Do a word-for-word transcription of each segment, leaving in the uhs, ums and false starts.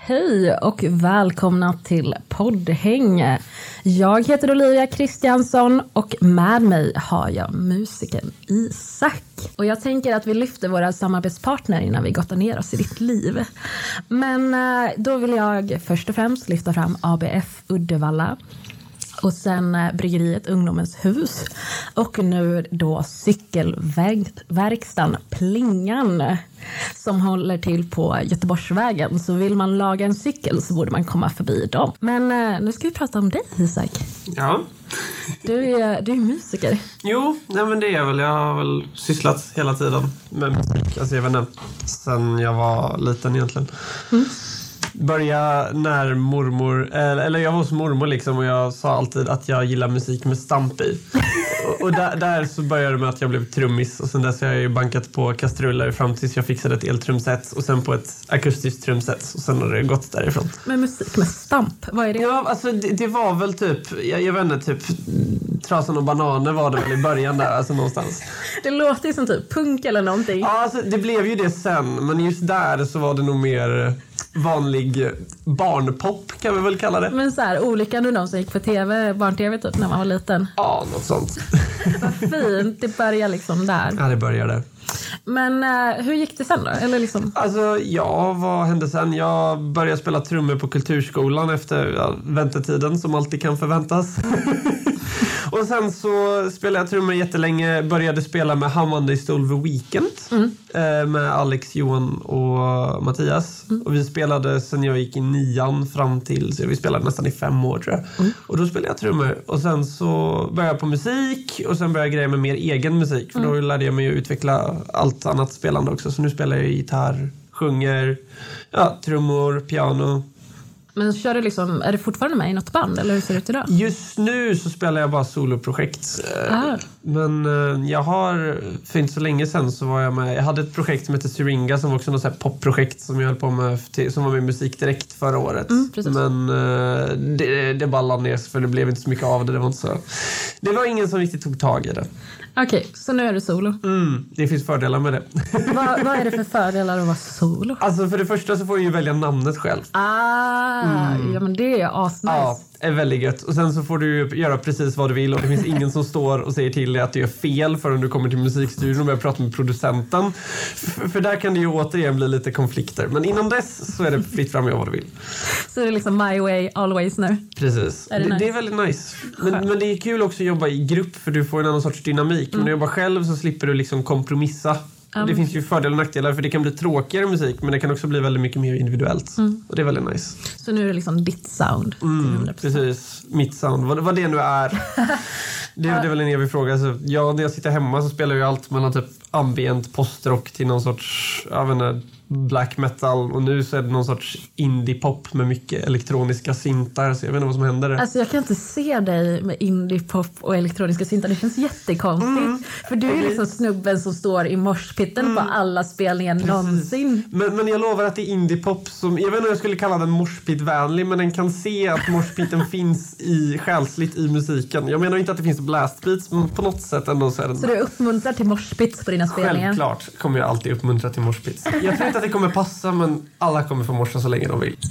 Hej och välkomna till poddhäng. Jag heter Olivia Kristiansson och med mig har jag musikern Isak. Och jag tänker att vi lyfter våra samarbetspartner innan vi gottar ner oss i ditt liv. Men då vill jag först och främst lyfta fram A B F Uddevalla. Och sen bryggeriet Ungdomens hus. Och nu då cykelverkstan Plingan. Som håller till på Göteborgsvägen. Så vill man laga en cykel så borde man komma förbi dem. Men nu ska vi prata om dig, Isak. Ja. Du är, du är musiker. Jo, nej men det är jag väl. Jag har väl sysslat hela tiden med musik. Alltså jag vet inte. Sen jag var liten egentligen. Mm. Börja när mormor, eller jag var hos mormor liksom, och jag sa alltid att jag gillar musik med stamp i. Och, och där, där så började det med att jag blev trummis, och sen dess har jag ju bankat på kastruller fram tills jag fixade ett eltrumset och sen på ett akustiskt trumset, och sen har det gått därifrån. Men musik med stamp, vad är det? Ja, alltså det, det var väl typ, jag, jag vet inte, typ Trasan och bananer var det väl i början där, alltså någonstans. Det låter ju som typ punk eller någonting. Ja, alltså det blev ju det sen, men just där så var det nog mer vanlig barnpop kan vi väl kalla det. Men så här, olika nu de som gick på tv, barn-tv typ när man var liten. Ja, något sånt. Vad fint, det börjar liksom där. Ja, det började. Men uh, hur gick det sen då? Eller liksom? Alltså, ja, vad hände sen? Jag började spela trummor på kulturskolan efter ja, väntetiden som alltid kan förväntas. Och sen så spelade jag trummor jättelänge. Började spela med Hammande i Stol The Weekend. Mm. Eh, med Alex, Johan och Mattias. Mm. Och vi spelade sen jag gick i nian fram till... Så vi spelade nästan i fem år tror jag. Mm. Och då spelade jag trummor. Och sen så började jag på musik. Och sen började jag greja med mer egen musik. För mm. då lärde jag mig att utveckla allt annat spelande också. Så nu spelar jag gitarr, sjunger, ja, trummor, piano. Men kör du liksom, är du fortfarande med i något band eller hur ser det ut idag? Just nu så spelar jag bara soloprojekt. Ah. Men jag har, för inte så länge sedan så var jag med, jag hade ett projekt som heter Syringa som var också något så här popprojekt som jag höll på med, som var med Musik Direkt förra året. Mm, men det, det ballade ner för det blev inte så mycket av det, det var inte så. Det var ingen som riktigt tog tag i det. Okej, okay, så nu är du solo? Mm, det finns fördelar med det. vad, vad är det för fördelar att vara solo? Alltså för det första så får du ju välja namnet själv. Ah, mm. Ja men det är asnice. Ja, är väldigt gött. Och sen så får du göra precis vad du vill och det finns ingen som står och säger till dig att du gör fel förrän du kommer till musikstudion och börjar prata med producenten. För, för där kan det ju återigen bli lite konflikter. Men innan dess så är det fritt fram och vad du vill. Så det är liksom my way always nu? Precis. Är det, det, nice? Det är väldigt nice. Men, men det är kul också att jobba i grupp för du får en annan sorts dynamik. Mm. Men när du jobbar själv så slipper du liksom kompromissa. Um. Det finns ju fördelar och nackdelar för det kan bli tråkigare musik men det kan också bli väldigt mycket mer individuellt. Mm. Och det är väldigt nice. Så nu är det liksom ditt sound? Mm, precis. Mitt sound. Vad, vad det nu är. det, det är väl en evig fråga. Så, ja, när jag sitter hemma så spelar jag allt mellan typ ambient postrock till någon sorts, jag vet inte, black metal, och nu så är det någon sorts indie-pop med mycket elektroniska syntar, så jag vet inte vad som händer där. Alltså jag kan inte se dig med indie-pop och elektroniska syntar, det känns jättekonstigt. Mm. För du är ju liksom snubben som står i morspitten mm. på alla spelningar någonsin. Men, men jag lovar att det är indie-pop som, jag vet inte om jag skulle kalla den morspit-vänlig, men den kan se att morspiten finns i själsligt i musiken. Jag menar inte att det finns blastbeats, men på något sätt ändå så är det. Så du uppmuntrar till morspits på dina spelningar? Självklart kommer jag alltid uppmuntra till morspits. Jag tror inte att det kommer passa, men alla kommer få morsa så länge de vill.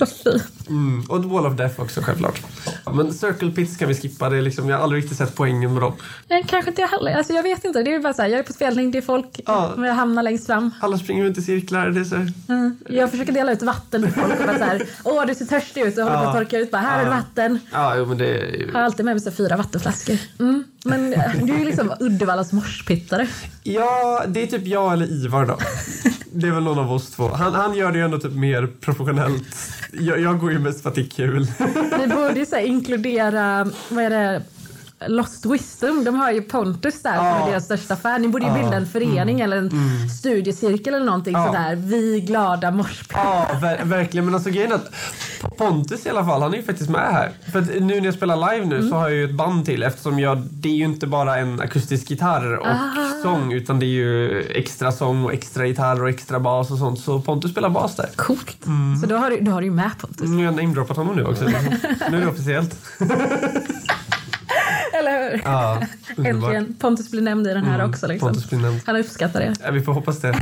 Mm. Och Wall of Death också, självklart. Men Circle Pits kan vi skippa. Det är liksom, jag har aldrig riktigt sett poängen med dem. Jag kanske inte jag heller. Alltså jag vet inte. Det är bara så här, jag är på spelning, det är folk. Ja. Jag hamnar längst fram. Alla springer inte i cirklar. Det är så här. Mm. Jag försöker dela ut vatten till folk och bara så här, åh du ser törstig ut. Och håller på att torka ut. Bara, här ja. är det vatten. Ja, jo, men det är ju... Jag har alltid med mig så fyra vattenflaskor. Mm. Men du är ju liksom Uddevallas morspittare. Ja, det är typ jag eller Ivar då. Det är väl någon av oss två. Han, han gör det ju ändå typ mer professionellt. Jag, jag går ju mest för att det är kul. Vi borde ju så här inkludera, vad är det, Lost Wisdom. De har ju Pontus där ja. som är deras största fan. Ni borde ju ja. bilda en förening mm. eller en mm. studiecirkel eller någonting ja. sådär. Vi glada morspit. Ja, ver- verkligen. Men alltså grejen är att Pontus i alla fall, han är ju faktiskt med här. För att nu när jag spelar live nu mm. så har jag ju ett band till. Eftersom jag, det är ju inte bara en akustisk gitarr och ah. sång, utan det är ju extra sång och extra gitarr och extra bas och sånt. Så Pontus spelar bas där. Coolt. Mm. Så då har du, då har du ju med Pontus. Nu har jag namedroppat honom nu också. Nu är det officiellt. eller hur? Ja, äntligen. Pontus blir nämnd i den här mm, också. Liksom. Pontus blir nämnd. Han uppskattar det. Ja, vi får hoppas det.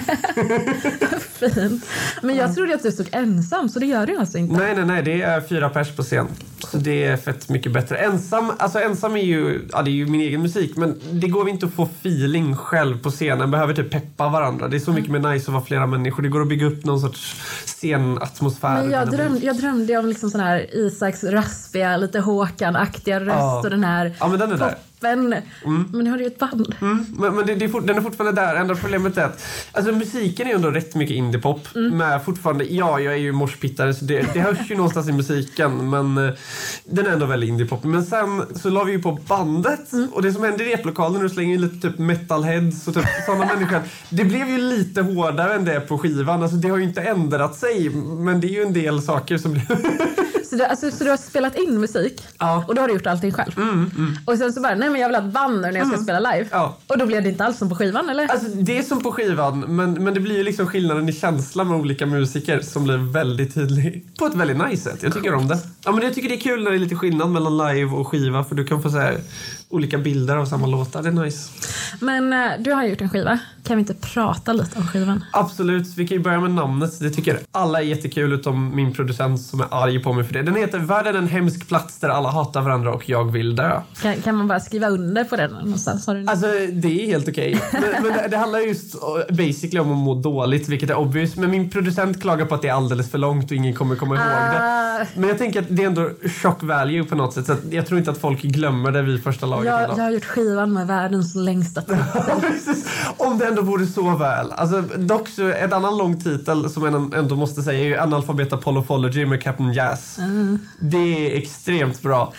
Fint. Men jag trodde att du stod ensam, så det gör du alltså inte? Nej, nej, nej. Det är fyra pers på scen. Så det är fett mycket bättre. Ensam, alltså ensam är ju, ja, det är ju min egen musik. Men det går inte att få feeling själv på scenen. Behöver typ peppa varandra. Det är så mycket mer nice att vara flera människor. Det går att bygga upp någon sorts scenatmosfär. Men jag drömde, jag drömde om liksom sån här Isaks raspiga, lite Håkan-aktiga röst. Ja. Och den här ja, men den är där. Mm. Men nu har du ju ett band. Mm. Men, men det, det är fort, den är fortfarande där. Enda problemet är att alltså, musiken är ju ändå rätt mycket indiepop. Mm. Men fortfarande, ja, jag är ju morspittare så det, det hörs ju någonstans i musiken. Men uh, den är ändå väldigt indiepop. Men sen så la vi ju på bandet. Mm. Och det som hände i replokalen när du slänger in lite typ metalheads och typ sådana människor. Det blev ju lite hårdare än det på skivan. Alltså det har ju inte ändrat sig. Men det är ju en del saker som blir... Så du, alltså, så du har spelat in musik ja. Och då har du gjort allting själv. Mm, mm. Och sen så bara, nej men jag vill ha ett band när jag ska mm. spela live. Ja. Och då blev det inte alls som på skivan, eller? Alltså det är som på skivan, men, men det blir ju liksom skillnaden i känsla med olika musiker som blir väldigt tydlig. På ett väldigt nice sätt. Jag tycker om det. Ja, men jag tycker det är kul när det är lite skillnad mellan live och skiva. För du kan få så här olika bilder av samma låtar. Det är nice. Men äh, du har gjort en skiva. Kan vi inte prata lite om skivan? Absolut. Vi kan ju börja med namnet. Det tycker alla är jättekul utom min producent som är arg på mig för det. Den heter Världen en hemsk plats där alla hatar varandra och jag vill dö. Kan, kan man bara skriva under på den någonstans? Har du alltså det är helt okej. Okay. Men, men det, det handlar just basically om att må dåligt, vilket är obvious. Men min producent klagar på att det är alldeles för långt och ingen kommer komma ihåg uh... det. Men jag tänker att det är ändå shock value på något sätt. Så att jag tror inte att folk glömmer det vid första laget. Jag, jag har gjort skivan med världens längsta titel. Om det ändå vore så väl. Alltså, dock så ett annan lång titel som jag ändå måste säga är ju Analphabet Apollophology med Captain Jazz. Mm. Det är extremt bra.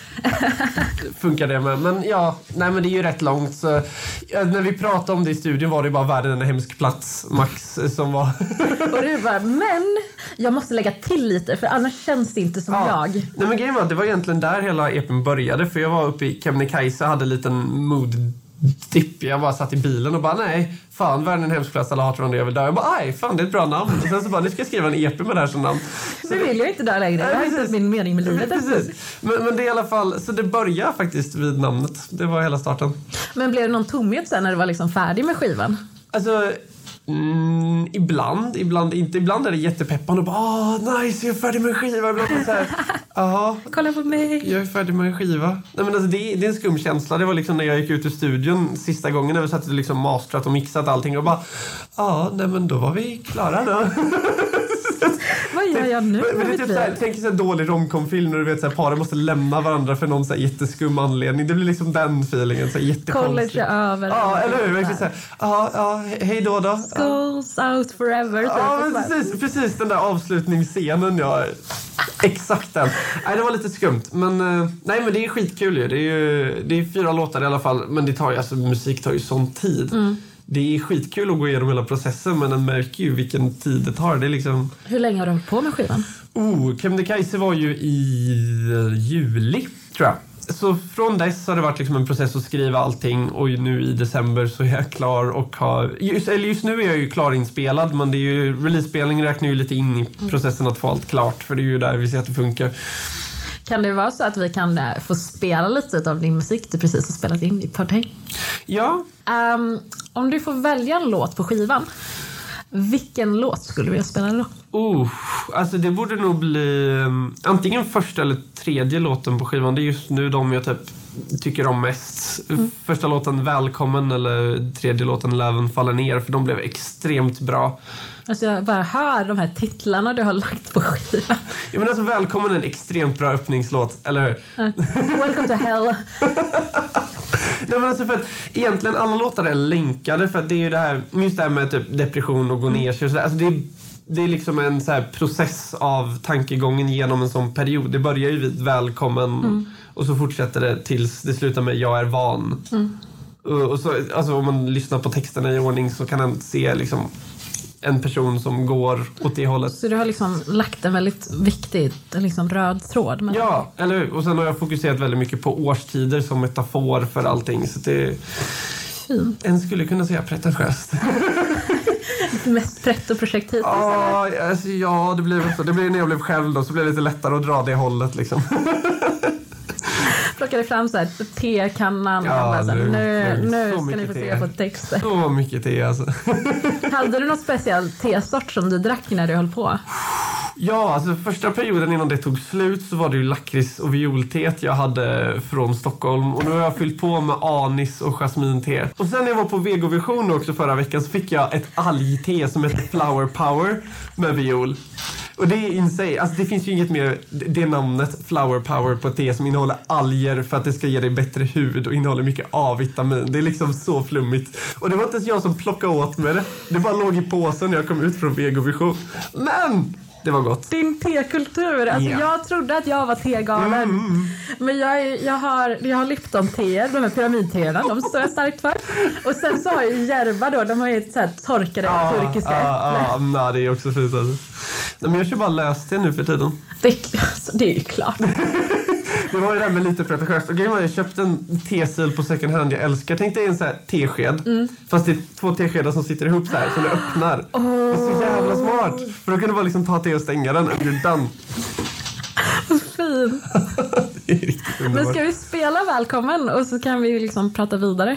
Funkar det med. Men ja, nej men det är ju rätt långt. Så, ja, när vi pratade om det i studion var det bara världen en hemsk plats, Max, som var... Och du bara, men jag måste lägga till lite för annars känns det inte som ja. jag. Nej men grejen var, det var egentligen där hela E P:n började. För jag var uppe i Kebnekaise och hade en liten mood dipp. Jag bara satt i bilen och bara, nej, fan, världen en hemsk plats, alla hatar varandra, jag vill dö. Jag bara, aj, fan, det är ett bra namn. Och sen så bara, nu ska jag skriva en E P med det här som namn. Så nu vill jag inte dö längre. Det är inte min mening med livet. Precis. Men, men det är i alla fall, så det börjar faktiskt vid namnet. Det var hela starten. Men blev det någon tomhet sen när du var liksom färdig med skivan? Alltså... Mm, ibland, ibland inte. Ibland är det jättepeppande och bara, åh, nice, jag är färdig med en skiva. Ibland så här, ja, kolla på mig. Jag är färdig med en skiva. Nej, men alltså, det, det är en skum känsla. Det var liksom när jag gick ut ur studion sista gången när vi satt liksom masterat och mixat allting och bara, ja, nej men då var vi klara då. Vad gör jag nu? Men, men det är typ såhär, tänk en dålig romcom-film när du vet såhär, paret måste lämna varandra för någon såhär jätteskum anledning. Det blir liksom den feelingen, såhär jättekonstigt. College är över. Ja, eller hur? Verkligen såhär, ja, ja, hej då då. School's out forever. Ja, men precis, precis den där avslutningsscenen, ja. Exakt den. Nej, det var lite skumt. Men, nej, men det är skitkul ju. Det är ju det är fyra låtar i alla fall. Men det tar ju, alltså, musik tar ju sån tid. Mm. Det är skitkul att gå igenom hela processen, men den märker ju vilken tid det tar. Det är liksom... Hur länge har du hållit på med skivan? Oh, Kebnekaise var ju i juli, tror jag. Så från dess har det varit liksom en process att skriva allting och nu i december så är jag klar och har... Just, eller just nu är jag ju klarinspelad, men det är ju release-spelning räknar ju lite in i processen att få allt klart, för det är ju där vi ser att det funkar. Kan det vara så att vi kan få spela lite av din musik du precis har spelat in i Poddhäng? Ja. Um, om du får välja en låt på skivan, vilken låt skulle du vilja spela då? Oh, alltså det borde nog bli um, antingen första eller tredje låten på skivan. Det är just nu de jag typ tycker om mest. Mm. Första låten Välkommen eller tredje låten Löven faller ner, för de blev extremt bra. Alltså jag bara hör de här titlarna du har lagt på skivan. Ja, men alltså Välkommen är en extremt bra öppningslåt, eller hur? Uh, welcome to hell. Nej, men alltså för att egentligen alla låtar är länkade, för att det är ju det här, just det här med typ depression och gå ner sig och sådär. Alltså det är, det är liksom en så här process av tankegången genom en sån period. Det börjar ju vid Välkommen mm. och så fortsätter det tills det slutar med Jag är van. Mm. Och, och så, alltså om man lyssnar på texterna i ordning så kan man se liksom en person som går åt det hållet. Så du har liksom lagt en väldigt viktig liksom röd tråd med ja, det. Eller hur? Och sen har jag fokuserat väldigt mycket på årstider som metafor för allting. Så det... Fint. En skulle kunna säga pretentiöst. Mest pretto-projekt hittills? Ja, alltså, ja, det blir så. Det blir när jag blev själv då, så blir det lite lättare att dra det hållet liksom. plockade fram så här tekannan. Ja, och bara så här, nu- nu, nu- nu så ska ni mycket få te. se på texter. Så mycket te alltså. Hade du någon speciell tesort som du drack när du höll på? Ja, alltså första perioden innan det tog slut så var det ju lakrits och violteet jag hade från Stockholm. Och nu har jag fyllt på med anis och jasminte. Och sen när jag var på Vegovision också förra veckan så fick jag ett algte som heter Flower Power med viol. Och det är insane. Alltså det finns ju inget mer, det namnet Flower Power på ett te som innehåller alger för att det ska ge dig bättre hud och innehåller mycket A-vitamin. Det är liksom så flummigt. Och det var inte ens jag som plockade åt med det. Det bara låg i påsen när jag kom ut från Vegovision. Men det var gott. Din tekultur. Alltså Ja. jag trodde att jag var tegalen. Mm. Men jag, är- jag har, jag har Lipton-teer, de här pyramidteerna, de står jag starkt för. Och sen så har jag Järva då, de har ju ett så här torkade turkiska äpplen. ja, nej, det är också fint alltså. Nej, men jag kör bara löst det nu för tiden. Det, alltså, det är ju klart. Det var ju det här med lite pretentiöst. Och grejen var, jag köpte en tesil på second hand jag älskar. Tänk dig en sån här tesked. Mm. Fast det är två teskedar som sitter ihop så här som du öppnar. Oh. Det är så jävla smart. För då kan du bara liksom ta te och stänga den. And you're done. Fint. Det är riktigt Men underbart. ska vi spela Välkommen och så kan vi liksom prata vidare.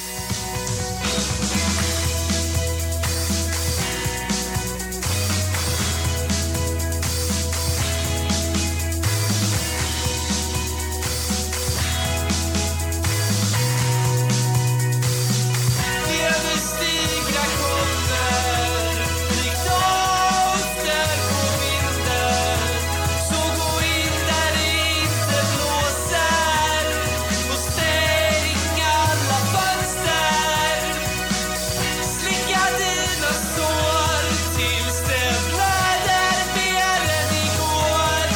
Överstigra kommer likt åter på vinden. Så gå in där det inte blåser och stäng alla fönster. Slicka dina sår tills det blöder mer än igår.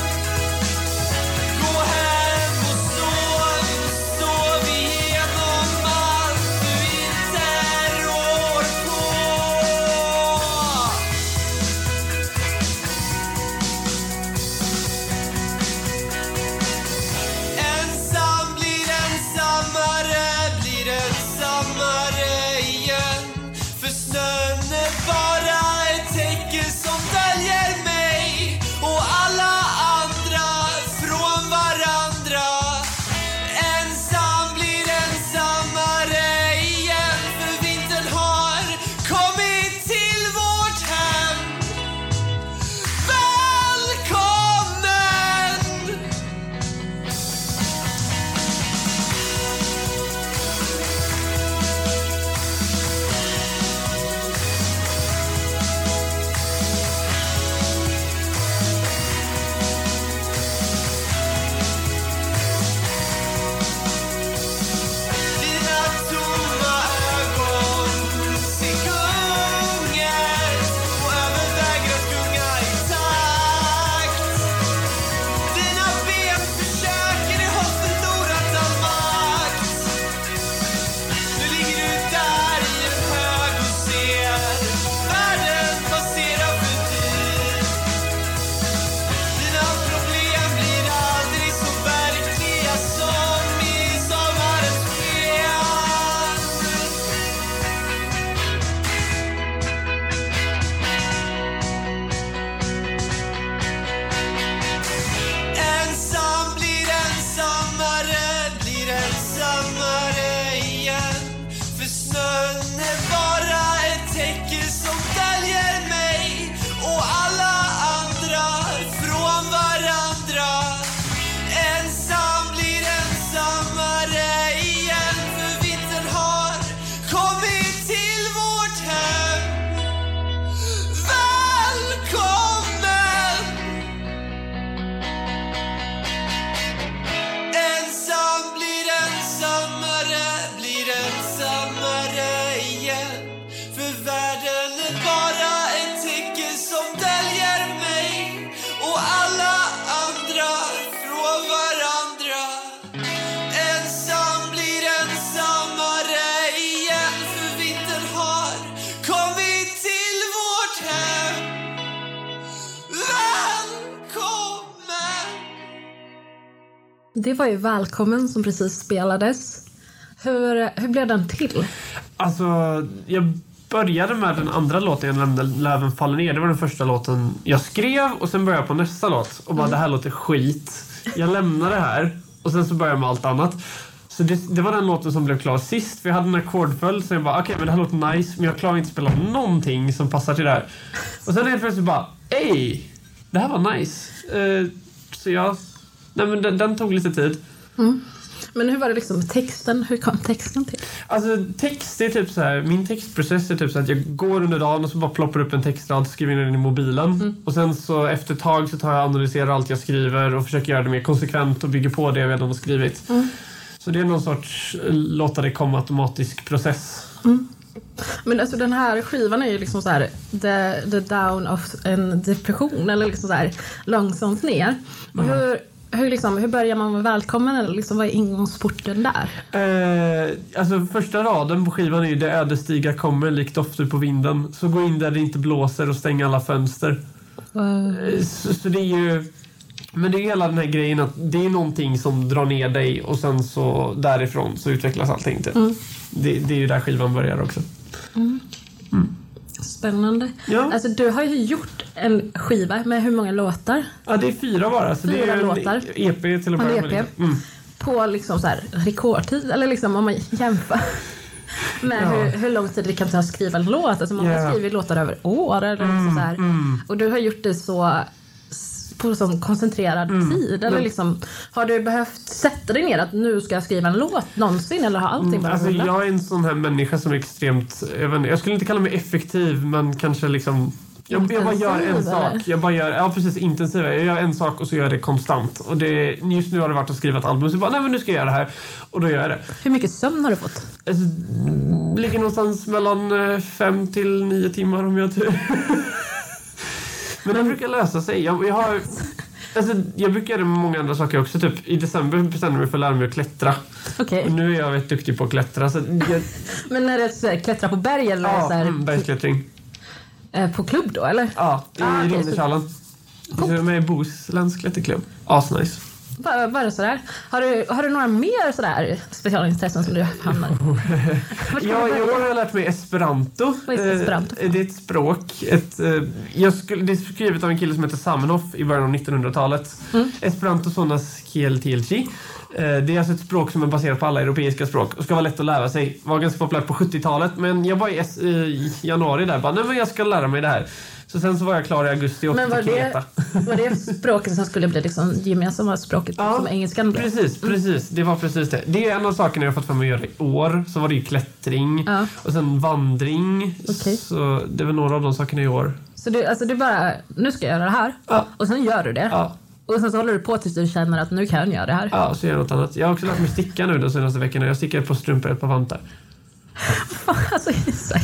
Gå hem och sov, sov igenom allt du inte rår på. Ensam blir ensammare, blir ensammare igen. För snön är bara ett täcke som döljer mig och alla andra från varandra. Ensam blir ensammare igen, för vintern har kommit till vårt hem. Välkommen! Dina tomma ögon ser gungar och överväger att gunga i takt. Dina ben försöker, de har förlorat all makt. Nu ligger du där i en hög och ser världen passera förbi. Dina problem blir aldrig så verkliga som i sommarens sken. Ensam blir ensammare, blir ensammare igen. För snön är bara ett täcke som döljer mig och alla andra från varandra. Ensam blir ensammare igen, för vintern har kommit till vårt hem. Välkommen! Ensam blir ensammare, blir ensammare igen. För världen är bara ett täcke som döljer mig och alla andra från varandra. Ensam blir ensammare igen, för vintern har kommit till vårt hem. Välkommen! Det var ju Välkommen som precis spelades. Hur, hur blev den till? Alltså, jag började med den andra låten jag nämnde, Löven faller ner. Det var den första låten jag skrev och sen började jag på nästa låt. Och bara, det här låter skit. Jag lämnar det här Och sen så började jag med allt annat. Så det, det var den låten som blev klar sist. För jag hade en ackordföljd. Så jag bara, okej okay, men det här låter nice. Men jag klarar inte spela någonting som passar till det här. Och sen helt plötsligt bara, ej, det här var nice. Uh, så jag, nej men den, den tog lite tid. Mm. Men hur var det liksom med texten? Hur kom texten till? Alltså text är typ så här, min textprocess är typ så att jag går under dagen och så bara ploppar upp en textrad, skriver in den i mobilen. Mm. Och sen så efter ett tag så tar jag och analyserar allt jag skriver och försöker göra det mer konsekvent och bygger på det jag redan har skrivit. Mm. Så det är någon sorts låta det komma automatisk process. Mm. Men alltså den här skivan är ju liksom så här the, the down of en depression eller liksom så här långsamt ner. Mm. Hur Hur, liksom, hur börjar man med välkommen eller liksom, vad är ingångsporten där? Eh, alltså första raden på skivan är ju det ödesdigra kommer likt dofter på vinden. Så gå in där det inte blåser och stäng alla fönster. Wow. Eh, så, så det är ju... Men det är hela den här grejen att det är någonting som drar ner dig och sen så därifrån så utvecklas allting typ. Mm. Det, det är ju där skivan börjar också. Mm. Mm. Spännande. Ja. Alltså du har ju gjort en skiva med hur många låtar? Ja, det är fyra bara. Så fyra det är låtar. En E P till att börja med. Mm. På liksom så här rekordtid, eller liksom om man jämför med ja. hur, hur lång tid det kan ta att skriva en låt. Alltså man yeah. har skrivit låtar över år eller mm, så här. Mm. Och du har gjort det så på sån koncentrerad mm. tid eller mm. liksom, har du behövt sätta dig ner att nu ska jag skriva en låt någonsin eller har allting bara alltså, jag är en sån här människa som är extremt jag, vet inte, jag skulle inte kalla mig effektiv men kanske liksom jag, jag bara gör en sak jag bara gör, ja precis intensiv jag gör en sak och så gör jag det konstant och det, just nu har det varit att skriva ett album så jag bara, nej men nu ska jag göra det här och då gör jag det. Hur mycket sömn har du fått? Alltså, ligger någonstans mellan fem till nio timmar om jag tur. Men det brukar lösa sig. Jag, jag, har, alltså, jag brukar göra med många andra saker också. Typ, i december bestämde jag mig för att lära mig att klättra. Okay. Och nu är jag väldigt duktig på att klättra. Så jag... Men är det så här, klättra på berg? Eller ja, så här, mm, bergsklättring. Eh, på klubb då, eller? Ja, i ah, okay, Rinderkärlen. Så... Jag är med i Bohusläns klätterklubb. Asnice. Bara, bara sådär. Har du, har du några mer sådär specialintressen som du hamnar i? Ja, jag har lärt mig Esperanto. Vad är Esperanto? Eh, det är ett språk. Ett, eh, jag skulle, det är skrivet av en kille som heter Zamenhof i början av nittonhundratalet. Mm. Esperanto sonas kiel tielci. Eh, det är alltså ett språk som är baserat på alla europeiska språk och ska vara lätt att lära sig. Var ganska populärt på sjuttiotalet, men jag var i, eh, i januari där bara, nej men jag ska lära mig det här. Så sen så var jag klar i augusti och men var det, var det språket som skulle bli liksom gemensamma språket ja, som engelskan blev? Precis, precis. Det var precis det. Det är en av sakerna jag har fått för mig att göra i år. Så var det ju klättring ja. och sen vandring. Okay. Så det var några av de sakerna i år. Så du, alltså du bara, nu ska jag göra det här ja. och sen gör du det? Ja. Och sen så håller du på tills du känner att nu kan jag göra det här? Ja, så gör jag något annat. Jag har också lärt mig sticka nu de senaste veckorna. Jag stickar på strumpor ett par vantar. Alltså, Isak.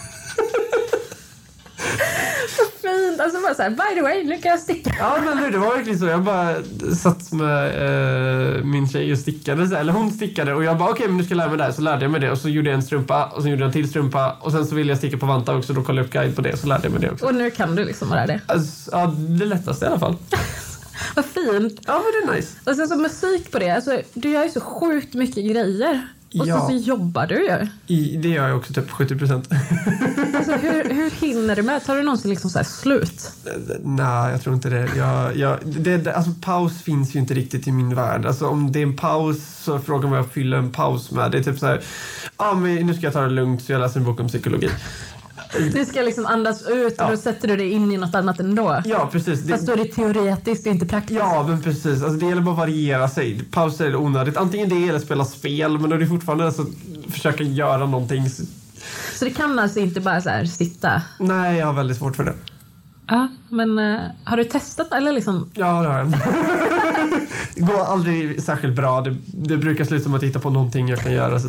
Alltså bara så här, by the way, nu kan jag sticka. Ja, men det var verkligen så. Jag bara satt med eh, min tjej och stickade. Så, eller hon stickade och jag bara, okej, okay, men nu ska jag lära mig det här. Så lärde jag mig det och så gjorde jag en strumpa och så gjorde jag en till strumpa. Och sen så ville jag sticka på vantar också. Då kollade jag upp guide på det så lärde jag mig det också. Och nu kan du liksom vara det? Alltså, ja, det lättaste i alla fall. Vad fint. Ja, men det är nice. Och sen så musik på det. Alltså, du gör ju så sjukt mycket grejer. Och ja. så, så jobbar du ju. I, det gör jag också typ sjuttio procent. Alltså, hur, hur hinner du med? Tar du någonsin liksom så här slut? Nej, jag tror inte det. Jag, jag, det alltså, paus finns ju inte riktigt i min värld. Alltså, om det är en paus så frågar man vad jag fyller en paus med. Det är typ så här, ah, men nu ska jag ta det lugnt så jag läser en bok om psykologi. Du ska liksom andas ut och ja. då sätter du dig in i något annat ändå. Ja, precis. Fast då är det teoretiskt och inte praktiskt. Ja, men precis. Alltså, det gäller bara att variera sig. Pauser är onödigt. Antingen det eller spela spel, men då är det fortfarande alltså, försöka göra någonting. Så det kan alltså inte bara så här sitta? Nej, jag har väldigt svårt för det. Ja, men uh, har du testat eller liksom? Ja, det har jag. Det går aldrig särskilt bra. Det, det brukar sluta med att hitta på någonting jag kan göra. Så...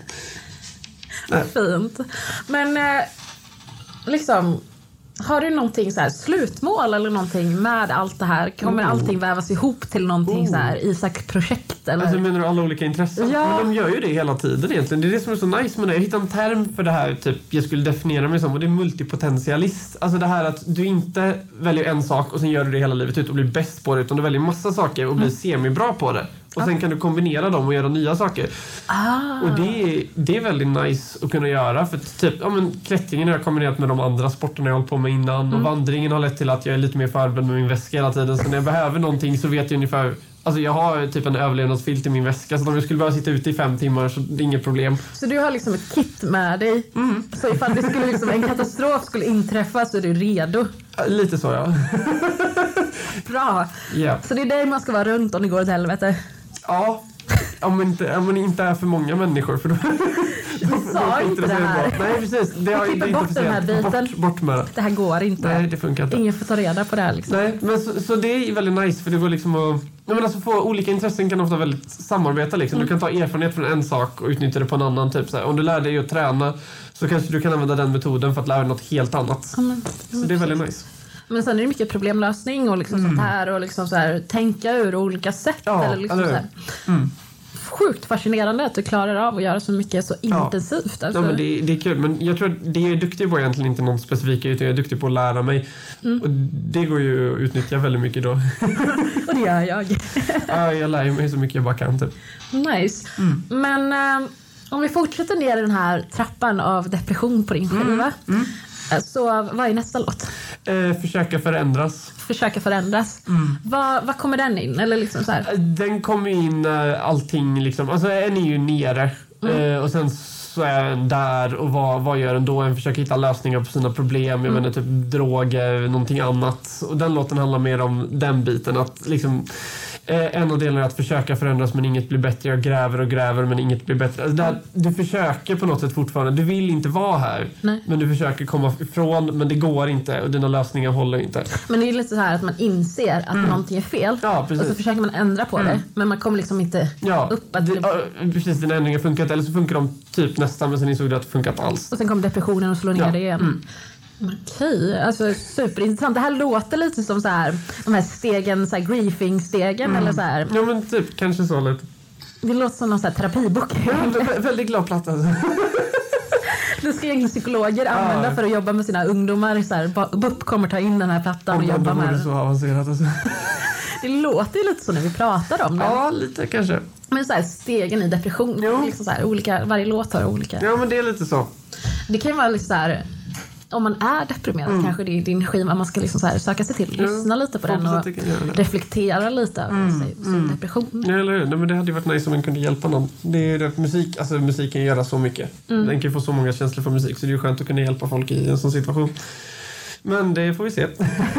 Fint. Men... Uh, liksom, har du någonting så här slutmål eller någonting med allt det här? Kommer oh. allting vävas ihop till någonting oh. så här Isak-projekt? Eller? Alltså menar du alla olika intressen? Ja. Men de gör ju det hela tiden egentligen. Det är det som är så nice med det. Jag hittade en term för det här typ, jag skulle definiera mig som, och det är multipotentialist. Alltså det här att du inte väljer en sak och sen gör du det hela livet ut och blir bäst på det, utan du väljer massa saker och blir mm. semibra på det. Och sen kan du kombinera dem och göra nya saker. Ah. Och det är, det är väldigt nice att kunna göra. För typ, ja, men klättringen har jag kombinerat med de andra sporterna jag har hållit på med innan. Mm. Och vandringen har lett till att jag är lite mer förberedd med min väska hela tiden. Så när jag behöver någonting så vet jag ungefär... Alltså jag har typ en överlevnadsfilt i min väska, så om jag skulle bara sitta ute i fem timmar så det är inget problem. Så du har liksom ett kit med dig. Mm. Så ifall det skulle liksom, en katastrof skulle inträffa så är du redo. Lite så, ja. Bra. Yeah. Så det är dig man ska vara runt om det går åt helvete. Ja. Om man inte, om man inte är för många människor, för då... Du sa inte det här. Nej, precis. Det har klipper bort den här biten. Bort, bort med det. Det här går inte. Nej, det funkar inte. Ingen får ta reda på det här liksom. Nej, men så, så det är väldigt nice, för det går liksom att... Jag menar, alltså, få olika intressen kan ofta väldigt samarbeta liksom. Mm. Du kan ta erfarenhet från en sak och utnyttja det på en annan. Typ så här. Om du lär dig att träna så kanske du kan använda den metoden för att lära dig något helt annat. Mm. Så det är väldigt nice. Men sen är det mycket problemlösning och liksom mm. sånt här och liksom så här, tänka ur olika sätt. Ja, eller liksom eller så här. Mm. Sjukt fascinerande att du klarar av att göra så mycket så ja. intensivt. Alltså. Ja, men det, det är kul, men jag tror att det jag är duktig på egentligen inte någon specifik, utan jag är duktig på att lära mig. Mm. Och det går ju att utnyttja väldigt mycket då. Och det gör jag. Ja, jag lär mig så mycket jag bara kan typ. Nice. Mm. Men äh, om vi fortsätter ner den här trappan av depression på din skiva. Mm. Mm. Så vad är nästa låt? Eh, försöka förändras. Försöka förändras. Mm. Vad, vad kommer den in? Eller liksom så här? Den kommer in uh, allting liksom. Alltså en är ju nere. Mm. Uh, och sen så är en där. Och vad, vad gör den då? En försöker hitta lösningar på sina problem. Jag mm. menar typ droger, någonting annat. Och den låten handlar mer om den biten. Att liksom... En av delarna är att försöka förändras men inget blir bättre. Jag gräver och gräver men inget blir bättre. Alltså där, du försöker på något sätt fortfarande. Du vill inte vara här. Nej. Men du försöker komma ifrån, men det går inte. Och dina lösningar håller inte. Men det är lite så här att man inser att mm. någonting är fel. Ja, och så försöker man ändra på mm. det. Men man kommer liksom inte ja, upp. Att det, det... Ja, precis, dina ändringar funkar inte. Eller så funkar de typ nästan, men sen insåg du att det funkar inte alls. Och sen kom depressionen och slår ner ja. det igen. Mm. Okej, alltså superintressant. Det här låter lite som så här, de här stegen, så här griefing-stegen mm. eller så här. Ja, men typ kanske så lite. Det låter som någon så här terapibok. Ja, vä- väldigt glad platta. Alltså. Det ska egentligen psykologer använda ja. för att jobba med sina ungdomar. Så här, B U P kommer ta in den här plattan och, och jobba med den. Så avancerat alltså. Det låter ju lite så när vi pratar om det. Ja, lite kanske. Men så här, stegen i depression. Jo. Liksom så här, olika, varje låt har olika. Ja, men det är lite så. Det kan ju vara lite så här... Om man är deprimerad mm. kanske det är din skiva man ska liksom så här söka sig till, ja, lyssna lite på den och reflektera lite över mm. sig, sin mm. depression. Ja, eller hur? Nej, men det hade ju varit nice om man kunde hjälpa någon. Det är ju det, musik, alltså musiken gör så mycket. Mm. Den kan ju få så många känslor för musik, så det är ju skönt att kunna hjälpa folk i en sån situation. Men det får vi se.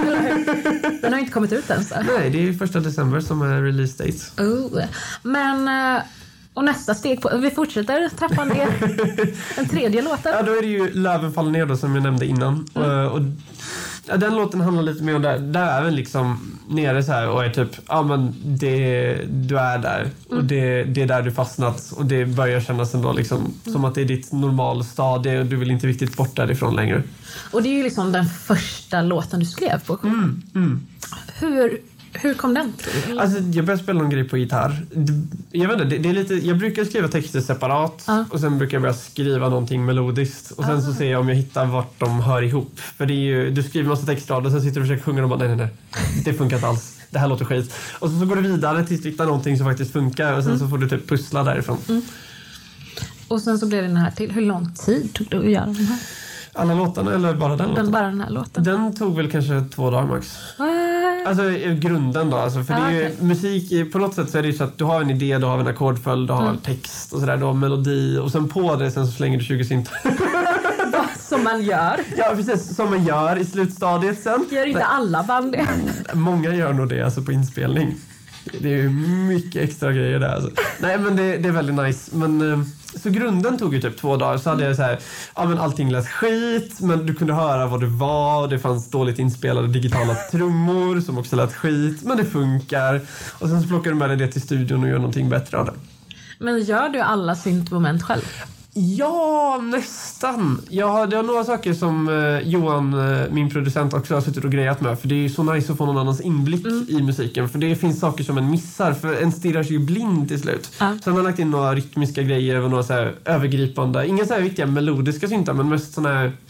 Den har inte kommit ut än så. Nej, det är första december som är release date. Oh. Men... Och nästa steg på... Vi fortsätter trappan ner. Den tredje låten. Ja, då är det ju Löven faller ner då, som jag nämnde innan. Mm. Och, och ja, den låten handlar lite mer om det. Där är väl liksom nere så här och är typ... Ja, men det, du är där. Mm. Och det, det är där du fastnat. Och det börjar kännas ändå liksom mm. som att det är ditt normalstadie. Och du vill inte riktigt bort därifrån längre. Och det är ju liksom den första låten du skrev på. Mm. Mm. Hur... Hur kom den till? Alltså, jag började spela någon grej på gitarr. Jag vet inte, det, det är lite, jag brukar skriva texter separat uh. och sen brukar jag börja skriva någonting melodiskt och sen uh. så ser jag om jag hittar vart de hör ihop. För det är ju, du skriver massa textrader och sen sitter du och försöker sjunga och bara nej, nej, nej. Det funkar inte alls. Det här låter skit. Och så, så går du vidare tills du hittar någonting som faktiskt funkar och sen mm. så får du typ pussla därifrån. Mm. Och sen så blev den här till. Hur lång tid tog det att göra den här? Alla låtarna eller bara den låten? Den, bara den här låten. Den tog väl kanske två dagar max. What? Alltså grunden då. Alltså, för ah, det är ju, okay. Musik, på något sätt så är det ju så att du har en idé, du har en ackordföljd, du har mm. text och sådär, du har melodi. Och sen på det sen så slänger du tjugo syntar. Som man gör. Ja, precis. Som man gör i slutstadiet sen. Gör inte alla band det? Många gör nog det alltså på inspelning. Det är ju mycket extra grejer där. Alltså. Nej, men det, det är väldigt nice. Men... Så grunden tog ju typ två dagar. Så hade jag så här, ja men allting lät skit, men du kunde höra vad det var. Det fanns dåligt inspelade digitala trummor som också lät skit, men det funkar. Och sen så plockar du med dig det till studion och gör någonting bättre av det. Men gör du alla syntmoment själv? Ja, nästan. Jag har, det har några saker som eh, Johan, eh, min producent, också har suttit och grejat med. För det är ju så nice att få någon annans inblick mm. i musiken. För det finns saker som en missar. För en stirrar sig ju blind till slut. Ja. Sen har han lagt in några rytmiska grejer och några så här övergripande. Inga så här viktiga melodiska syntar, men mest såna här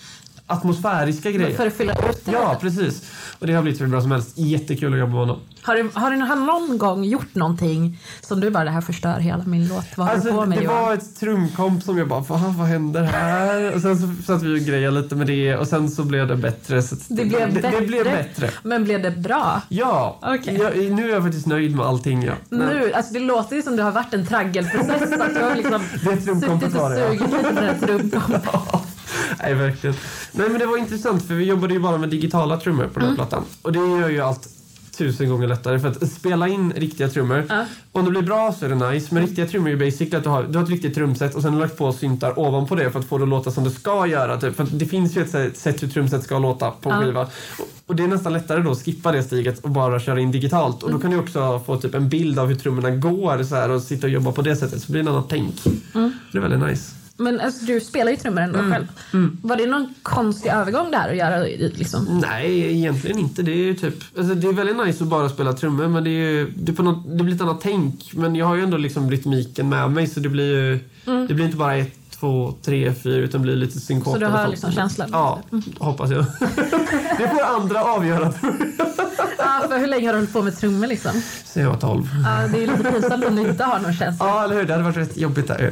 atmosfäriska grejer. För att fylla ut det. Ja, precis. Och det har blivit hur bra som helst. Jättekul att jobba med honom. Har du, har du någon gång gjort någonting som du bara, det här förstör hela min låt? Vad har Alltså, du på med, det Johan? var ett trumkomp som jag bara, vad, vad händer här? Och sen så satt vi och grejade lite med det och sen så blev det bättre. Så Det blev det, bättre. det blev bättre. Men blev det bra? Ja, Okej. jag, nu är jag faktiskt nöjd med allting. Ja. Nu, alltså det låter ju som det har varit en traggelprocess. Att du har liksom Det är trumkompet suttit och var det, ja. sugit lite på det här trumkompet. Nej, verkligen. Nej, men det var intressant för vi jobbade ju bara med digitala trummor på den här plattan. Och det gör ju allt tusen gånger lättare för att spela in riktiga trummor. Ja. Om det blir bra så är det nice, men riktiga trummor är ju basic att du har, du har ett riktigt trumset och sen har du lagt på syntar ovanpå det för att få det att låta som det ska göra. Typ. För att det finns ju ett sätt hur trumset ska låta på en Ja. skiva. Och det är nästan lättare då att skippa det stiget och bara köra in digitalt. Och då kan du också få typ en bild av hur trummorna går så här, och sitta och jobba på det sättet. Så blir det en annan tänk. Mm. Det är väldigt nice. Men alltså, du spelar ju trummor ändå själv. Var det någon konstig övergång där att göra liksom? Nej, egentligen inte. Det är ju typ, alltså det är väldigt nice att bara spela trummor, men det är ju det är på något, det blir ett annat tänk. Men jag har ju ändå liksom rytmiken med mig, så det blir ju Mm. det blir inte bara ett, två, tre, fyra, utan det blir lite synkop. Så du har liksom känslan? Ja, hoppas jag. Det får andra avgöra. Ja, för hur länge har du hållit på med trummor liksom? Så jag var tolv. Ja, det är lite pinsamt om du inte har någon känsla. Ja, eller hur? Det hade varit rätt jobbigt där.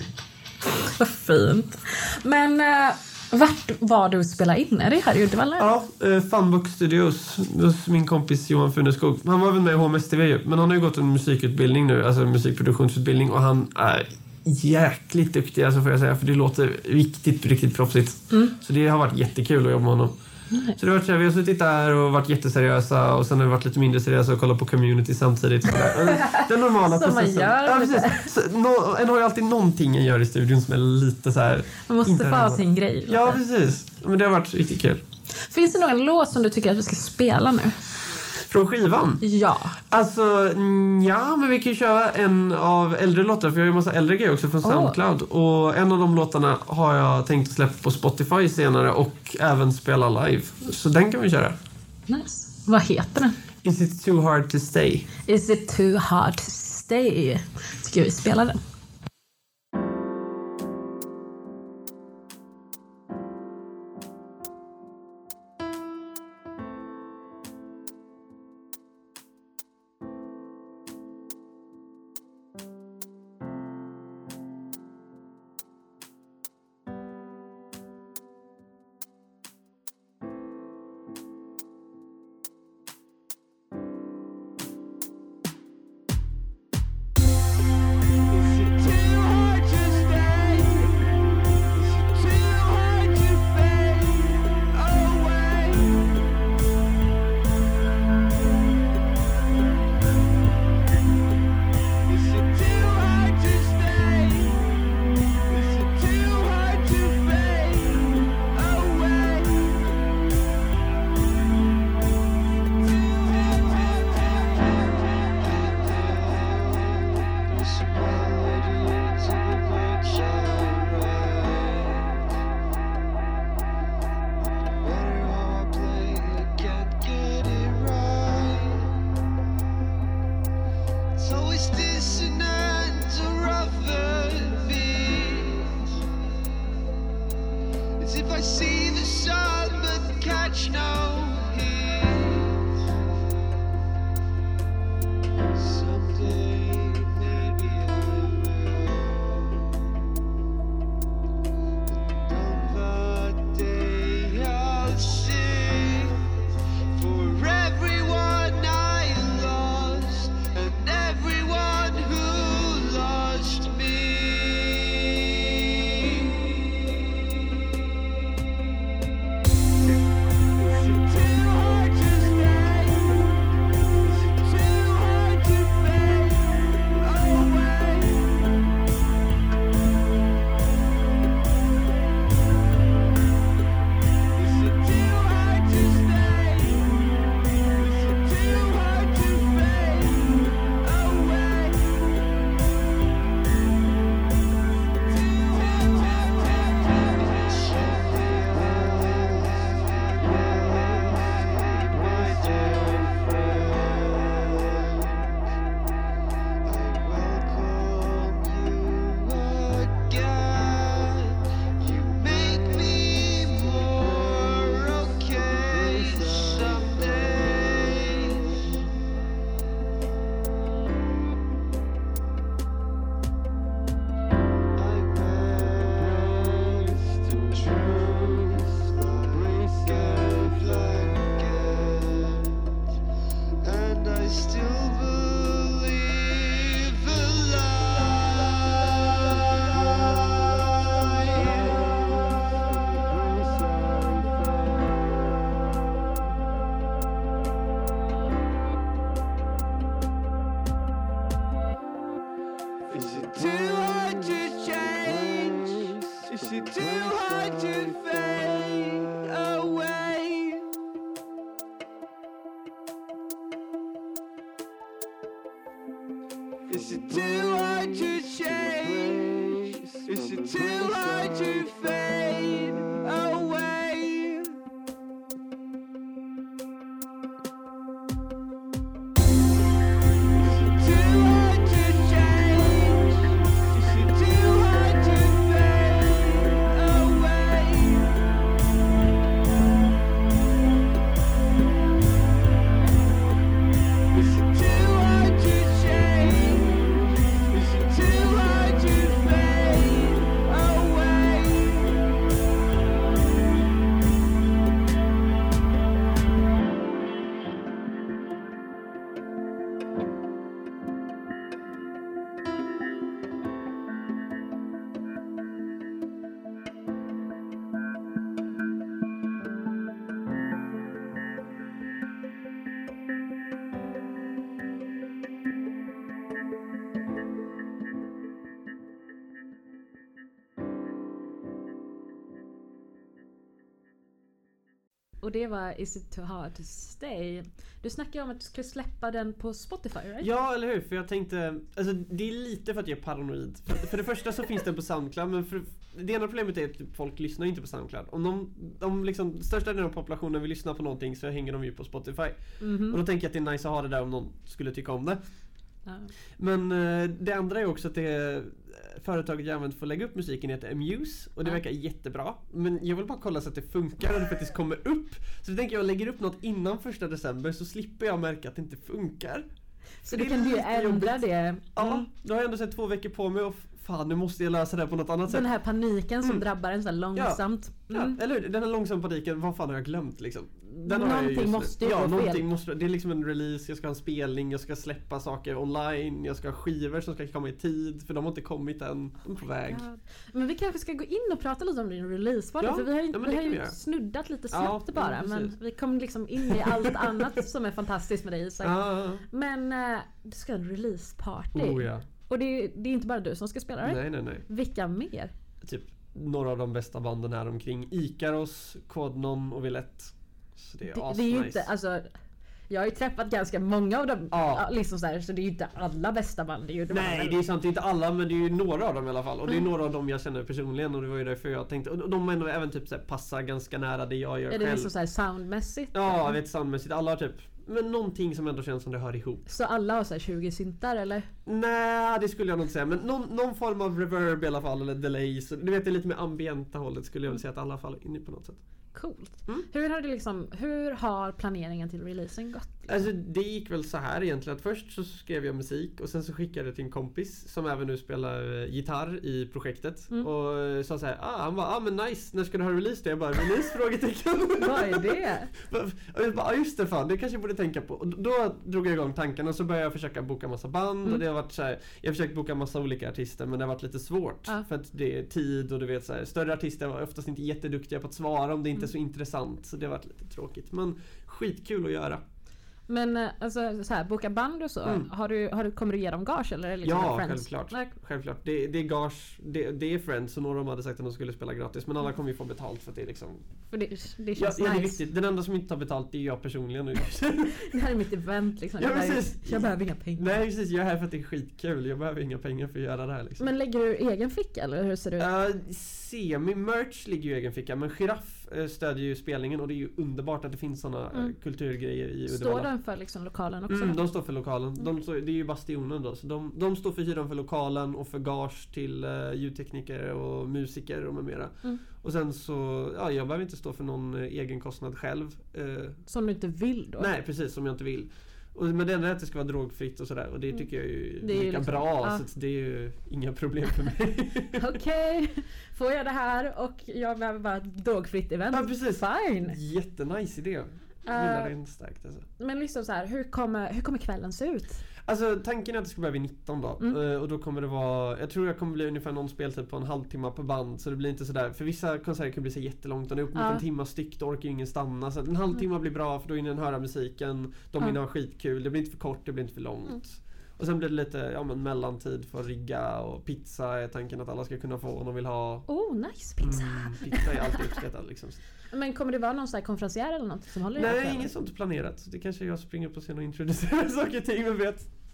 Vad fint. Men eh, vart var du och spelade in? Är det här i Uddevalla? Ja, eh, Funbook Studios hos min kompis Johan Funeskog. Han var väl med i H M S T V ju, men han har ju gått en musikutbildning nu, alltså en musikproduktionsutbildning, och han är jäkligt duktig, alltså får jag säga, för det låter riktigt, riktigt proffsigt. Mm. Så det har varit jättekul att jobba med honom. Så det har varit så här, vi har suttit där och varit jätteseriösa, och sen har vi varit lite mindre seriösa och kollat på Community samtidigt. Så där. Den normala Som man processen. gör. Ja, precis. Så, no, en har ju alltid någonting en gör i studion som är lite så här. Man måste inte få normalt. ha sin grej. Ja, precis. Men det har varit riktigt kul. Finns det någon låt som du tycker att vi ska spela nu? Från skivan? Ja. Alltså, mm, ja, men vi kan ju köra en av äldre låtar, för jag har ju en massa äldre grejer också från Oh. Soundcloud. Och en av de låtarna har jag tänkt att släppa på Spotify senare och även spela live. Så den kan vi köra. Nice. Vad heter den? Is it too hard to stay? Is it too hard to stay? Ska vi spela den? If Is it too hard to change? Is it too hard to fade away? Is it too hard to change? Is it too hard to fade away? Is it too hard to change? Is it too hard to fade away? Och det var Is it too hard to stay. Du snackade om att du skulle släppa den på Spotify, right? Ja, eller hur? För jag tänkte, alltså det är lite för att jag är paranoid. För, för det första så finns den på SoundCloud, men för, det ena problemet är att typ, folk lyssnar inte på SoundCloud. Om de, de liksom, största delen av populationen vill lyssna på någonting så hänger de ju på Spotify. Mhm. Och då tänker jag att det är nice att ha det där om någon skulle tycka om det. Ja. Men eh, det andra är också att det företaget jag använder för att lägga upp musiken heter Amuse. Och det Ja. verkar jättebra. Men jag vill bara kolla så att det funkar och det faktiskt kommer upp. Så då tänker jag lägger upp något innan första december så slipper jag märka att det inte funkar. Så det du är kan ju lite ändra jobbigt. det. Ja, Mm. då har jag ändå sett två veckor på mig och fan, nu måste jag lösa det på något annat sätt. Den här paniken som Mm. drabbar en så här långsamt. Ja, Mm. eller hur? Den här långsamma paniken, vad fan har jag glömt liksom? Den har jag Någonting just nu. måste ju ja, gå fel. någonting måste, det är liksom en release, jag ska ha en spelning, jag ska släppa saker online, jag ska ha skivor som ska komma i tid, för de har inte kommit än, de är på väg. Ja. Men vi kanske ska gå in och prata lite om din release-party, Ja, för vi har ju, ja, men vi det har kan vi ju göra. snuddat lite Ja, snabbt bara, ja, men precis. vi kom liksom in i allt annat som är fantastiskt med dig, Isak. Ja, Men äh, du ska ha en release-party. oh ja. Och det är, det är inte bara du som ska spela det. Nej, nej, nej. Vilka mer? Typ några av de bästa banden här omkring. Ikaros, Kodnon och Villette. Så det är Det, det är asnice. ju inte, alltså, jag har ju träffat ganska många av dem, Ja. ja, liksom så, här, så det är ju inte alla bästa band. Det är ju de Nej, andra. det är sant, inte alla, men det är ju några av dem i alla fall. Och det är Mm. några av dem jag känner personligen, och det var ju därför jag tänkte. Och de är ändå även typ så här, passar ganska nära det jag gör Är det själv. liksom så här soundmässigt? Ja, jag vet soundmässigt. Alla har typ, men någonting som ändå känns som det hör ihop. Så alla har så här tjugo syntar eller? Nej, det skulle jag nog inte säga. Men någon, någon form av reverb i alla fall, eller delay. Så du vet, det är lite mer ambienta hållet skulle jag väl säga att alla faller in i på något sätt. Coolt. Mm. Hur har det liksom, hur har planeringen till releasen gått? Alltså det gick väl så här egentligen, att först så skrev jag musik och sen så skickade jag det till en kompis som även nu spelar eh, gitarr i projektet. Mm. Och eh, sa så här, ah, han bara, ah men nice, när ska du ha release det? Jag bara, release? Frågetecken. Vad är det? Och jag bara, ah, just det fan, det kanske jag borde tänka på. Och då drog jag igång tankarna och så började jag försöka boka massa band. Mm. Och det har varit så här, jag har försökt boka massa olika artister, men det har varit lite svårt. Ja. För att det är tid och du vet så här, större artister var oftast inte jätteduktiga på att svara om det inte är Mm. så intressant. Så det har varit lite tråkigt, men skitkul att göra. Men eh, alltså så här, boka band och så, Mm. har du, har du, kommer du ge dem gage eller är det liksom Ja, friends? självklart. Nej. Självklart. Det, det är gage, det, det är friends, så några av dem hade sagt att de skulle spela gratis, men alla kommer ju få betalt för att det är liksom. För det, det Ja, känns ja, det är nice. viktigt. Den enda som inte tar betalt det är jag personligen nu. Det här är mitt event liksom. Ja, jag, behöver, precis. jag behöver inga pengar. Nej precis, jag är här för att det är skitkul. Jag behöver inga pengar för att göra det här liksom. Men lägger du egen ficka eller hur ser det ut? Uh, Semi-merch ligger ju i egen ficka, men Giraff uh, stödjer ju spelningen och det är ju underbart att det finns såna Mm. uh, kulturgrejer i Står Uddevalla. den för liksom lokalen också? Mm, de står för lokalen. De står, det är ju Bastionen då. Så de, de står för hyran för lokalen och för gage till uh, ljudtekniker och musiker och med mera. Mm. Och sen så, ja jag behöver inte stå för någon uh, egen kostnad själv. Uh, Som du inte vill då? nej precis, som jag inte vill. Och, men det enda är att det ska vara drogfritt och sådär. Och det tycker jag är ju Det är ju lika liksom- bra. ja. Så att det är ju inga problem för mig. Okej, får jag det här och jag behöver bara ett drogfritt event? Ja precis. Fine! Jättenice idé. Gillar den starkt alltså. Men liksom så här, hur kommer, hur kommer kvällen se ut? Alltså tanken är att det ska börja vid nitton då. Mm. Eh, och då kommer det vara, jag tror jag kommer bli ungefär någon speltid på en halvtimme på band. Så det blir inte sådär, för vissa konserter kan bli så jättelångt. Och det är upp mot Ja. en timme styck, då orkar ju ingen stanna. Så att en halvtimme blir bra för då hinner den höra musiken. De Ja. hinner ha skitkul, det blir inte för kort, det blir inte för långt. Mm. Och sen blir det lite, ja men mellantid för att rigga och pizza är tanken att alla ska kunna få om de vill ha. Oh, nice pizza! Mm, pizza är alltid uppskattat liksom. Men kommer det vara någon sån här konferencier eller något som håller i det här Nej, kvällen? inget sånt planerat. Det kanske jag springer upp på scen och introducerar saker och ting, men vet.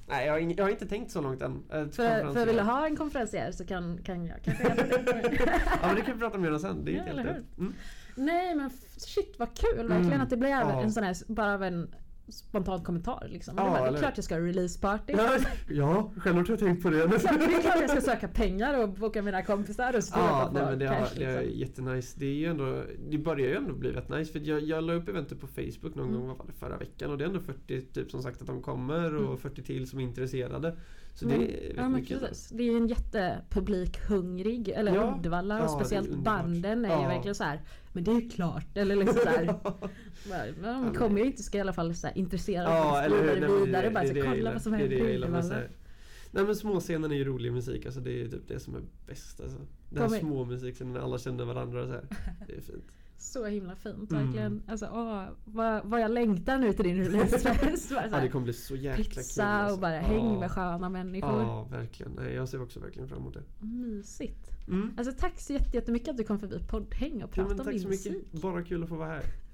Nej, jag har, ing- jag har inte tänkt så långt än. Äh, För, för vill du ha en konferencier så kan, kan jag kanske hjälpa dig. Ja, men det kan vi prata mer om sen. Det är Ja, inte eller helt rätt. Mm. Nej, men f- shit vad kul verkligen Mm. att det blev Ja. en sån här, bara av en spontan kommentar liksom. Ja, det, var, det är eller- klart jag ska ha release party. Ja, ja, självklart har jag tänkt på det. Det är klart jag ska söka pengar och boka mina kompisar och spela Ja, på nej, men det, har, cash, det är liksom. jättenice. Det är ju ändå, det börjar ju ändå bli rätt nice. För jag, jag la upp eventet på Facebook någon Mm. gång, vad var det, förra veckan. Och det är ändå fyrtio typ som sagt att de kommer och Mm. fyrtio till som är intresserade. Så Men- det är rätt ja, men mycket. precis. Det är ju en jättepublikhungrig, eller Ja, Uddevalla ja, och det är speciellt underbart. banden är Ja. ju verkligen så här. Men det är ju klart, eller liksom så här. Bara, ja, men kommer ju inte ska i alla fall så här, intressera Ja, eller hur? Nej, men det- vidare. Bara det är så det jag kolla gillar. vad som Det är händer det jag i gillar med så Uddevalla. här. Nej, men småscenen är ju rolig musik, alltså det är typ det som är bäst alltså. Den här Kommer- små musiken när alla känner varandra och så här. Det är fint. Så himla fint, Mm. verkligen. Alltså, åh, vad, vad jag längtar nu till din releasefest. Bara så Ja, här, det kommer bli så jäkla kul pizza alltså. och bara Ja. häng med sköna människor. Ja, verkligen. Nej, jag ser också verkligen fram emot det. Mysigt. Mm. Alltså tack så jätte- jättemycket att du kom förbi poddhäng och Ja, men pratade om tack din så mycket. musik. Bara kul att få vara här.